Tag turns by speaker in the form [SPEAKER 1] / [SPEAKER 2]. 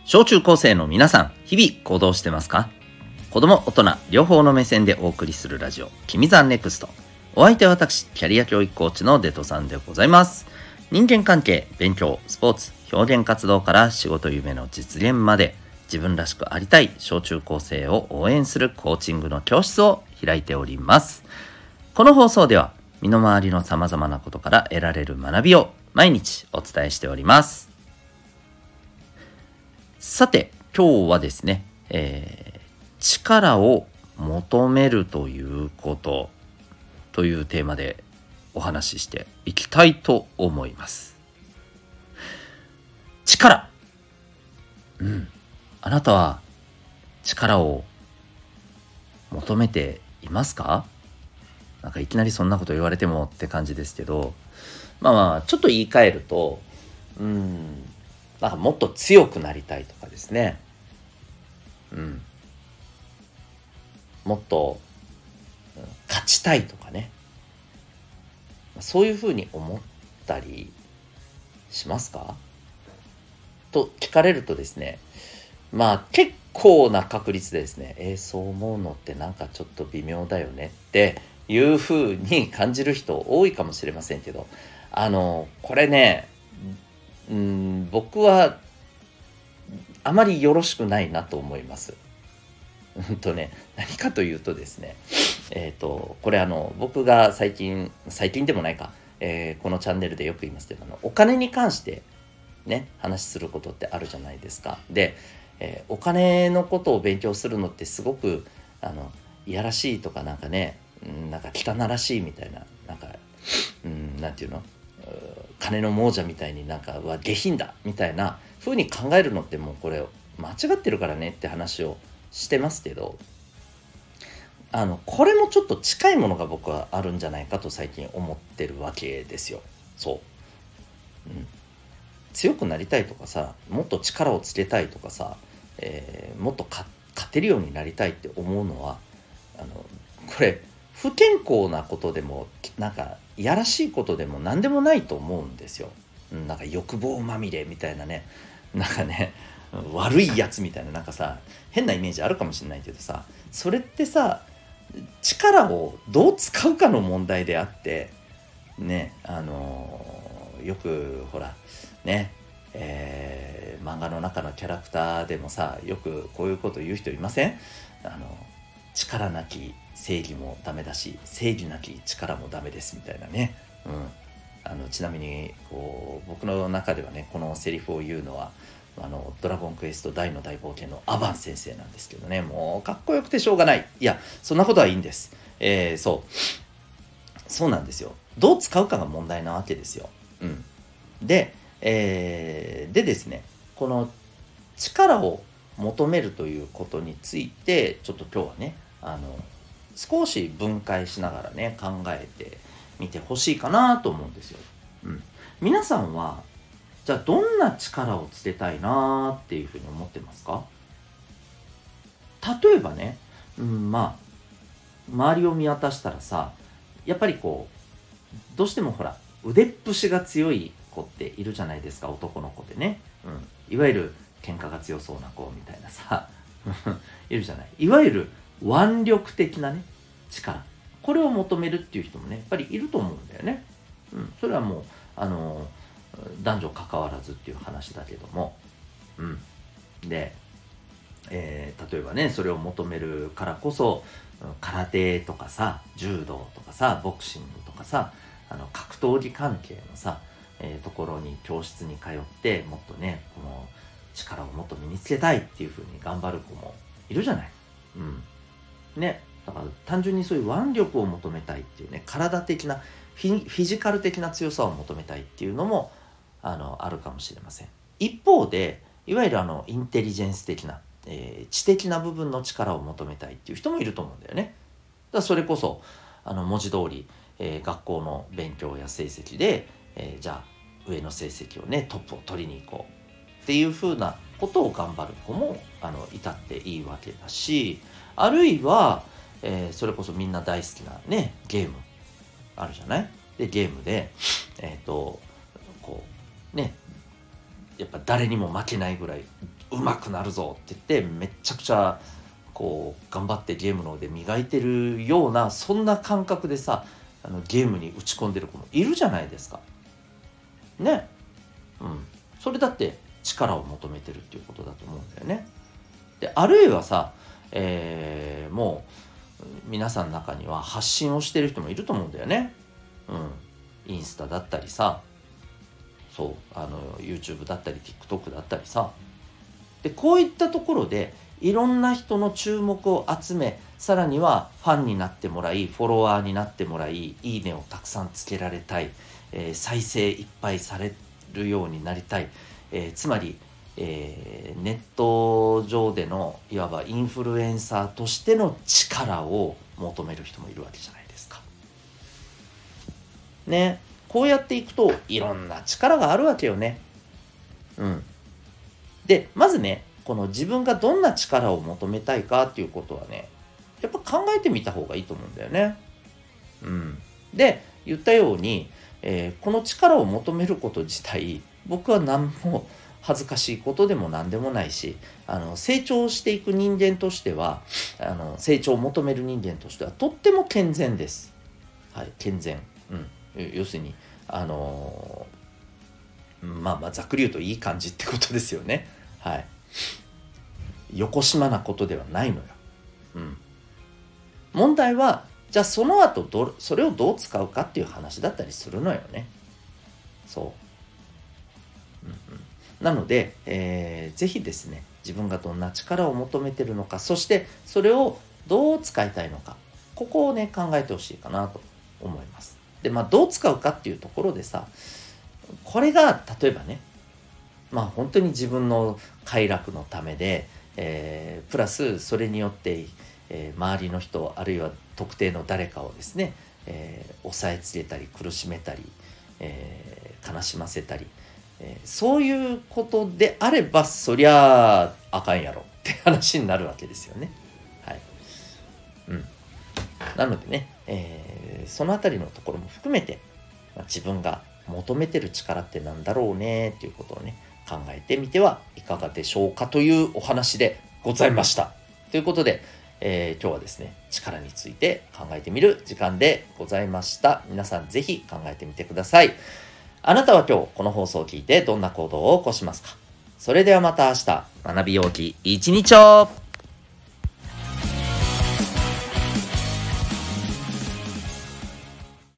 [SPEAKER 1] 小中高生の皆さん、日々行動してますか？子供大人両方の目線でお送りするラジオ、君ザネクスト。お相手は私、キャリア教育コーチのデトさんでございます。人間関係、勉強、スポーツ、表現活動から仕事夢の実現まで、自分らしくありたい小中高生を応援するコーチングの教室を開いております。この放送では身の回りの様々なことから得られる学びを毎日お伝えしております。さて、今日はですね、力を求めるということというテーマでお話ししていきたいと思います。力、あなたは力を求めていますか？なんかいきなりそんなこと言われてもって感じですけど、ちょっと言い換えると、なんかもっと強くなりたいとかですね、もっと勝ちたいとかね、そういうふうに思ったりしますかと聞かれるとですね、結構な確率でですね、そう思うのってなんかちょっと微妙だよねっていうふうに感じる人多いかもしれませんけど、これね、僕はあまりよろしくないなと思います。何かというとですね、これ僕が最近でもないか、このチャンネルでよく言いますけど、お金に関してね、話することってあるじゃないですか。で、お金のことを勉強するのってすごくいやらしいとかなんかね、なんか汚らしいみたいな、なんかなんていうの、金の亡者みたいになんかは下品だみたいな風に考えるのってもうこれ間違ってるからねって話をしてますけど、これもちょっと近いものが僕はあるんじゃないかと最近思ってるわけですよ。そう、強くなりたいとかさ、もっと力をつけたいとかさ、もっと勝てるようになりたいって思うのはこれ不健康なことでもなんかいやらしいことでも何でもないと思うんですよ。なんか欲望まみれみたいなね、なんかね、悪いやつみたいな、なんかさ変なイメージあるかもしれないけどさ、それってさ、力をどう使うかの問題であってね、よくほらね、漫画の中のキャラクターでもさ、よくこういうこと言う人いません？力なき正義もダメだし、正義なき力もダメですみたいなね。ちなみにこう僕の中ではね、このセリフを言うのはドラゴンクエスト大の大冒険のアバン先生なんですけどね、もうかっこよくてしょうがない。いや、そんなことはいいんです。そうなんですよ。どう使うかが問題なわけですよ。で、ですね、この力を求めるということについてちょっと今日はね、少し分解しながらね、考えてみてほしいかなと思うんですよ。皆さんはじゃあどんな力をつけたいなっていうふうに思ってますか？例えばね、周りを見渡したらさ、やっぱりこうどうしてもほら腕っぷしが強い子っているじゃないですか、男の子でね。いわゆる喧嘩が強そうな子みたいなさいるじゃない。いわゆる腕力的なね、力、これを求めるっていう人もね、やっぱりいると思うんだよね。それはもう男女関わらずっていう話だけども、で、例えばね、それを求めるからこそ空手とかさ、柔道とかさ、ボクシングとかさ、格闘技関係のさ、ところに教室に通ってもっとね、この力をもっと身につけたいっていう風に頑張る子もいるじゃない。ね、だから単純にそういう腕力を求めたいっていうね、体的なフィジカル的な強さを求めたいっていうのもあるかもしれません。一方でいわゆるインテリジェンス的な、知的な部分の力を求めたいっていう人もいると思うんだよね。だからそれこそ文字通り、学校の勉強や成績で、じゃあ上の成績をね、トップを取りに行こうっていう風なことを頑張る子もいたっていいわけだし、あるいは、それこそみんな大好きなね、ゲームあるじゃない。でゲームでこうね、やっぱ誰にも負けないぐらい上手くなるぞって言ってめっちゃくちゃこう頑張ってゲームの方で磨いてるような、そんな感覚でさゲームに打ち込んでる子もいるじゃないですかね。それだって力を求めてるっていうことだと思うんだよね。であるいはさ、もう皆さんの中には発信をしてる人もいると思うんだよね。インスタだったりさ、YouTube だったり TikTok だったりさ、でこういったところでいろんな人の注目を集め、さらにはファンになってもらい、フォロワーになってもらい、いいねをたくさんつけられたい、再生いっぱいされるようになりたい、つまり、ネット上でのいわばインフルエンサーとしての力を求める人もいるわけじゃないですかね。こうやっていくといろんな力があるわけよね。でまずね、この自分がどんな力を求めたいかっていうことはね、やっぱ考えてみた方がいいと思うんだよね。で言ったように、この力を求めること自体僕は何も恥ずかしいことでも何でもないし、成長していく人間としては成長を求める人間としてはとっても健全です。健全。要するにざっくり言うといい感じってことですよね。よこしまなことではないのよ。問題はじゃあその後それをどう使うかっていう話だったりするのよね。なので、ぜひですね、自分がどんな力を求めてるのか、そしてそれをどう使いたいのか、ここをね考えてほしいかなと思います。でどう使うかっていうところでさ、これが例えばね、本当に自分の快楽のためで、プラスそれによって、周りの人あるいは特定の誰かをですね、抑えつけたり苦しめたり、悲しませたり、そういうことであればそりゃあかんやろって話になるわけですよね。なのでね、そのあたりのところも含めて、自分が求めてる力ってなんだろうねっていうことをね考えてみてはいかがでしょうかというお話でございました。ということで、今日はですね力について考えてみる時間でございました。皆さんぜひ考えてみてください。あなたは今日この放送を聞いてどんな行動を起こしますか？それではまた明日、学びようき一日を。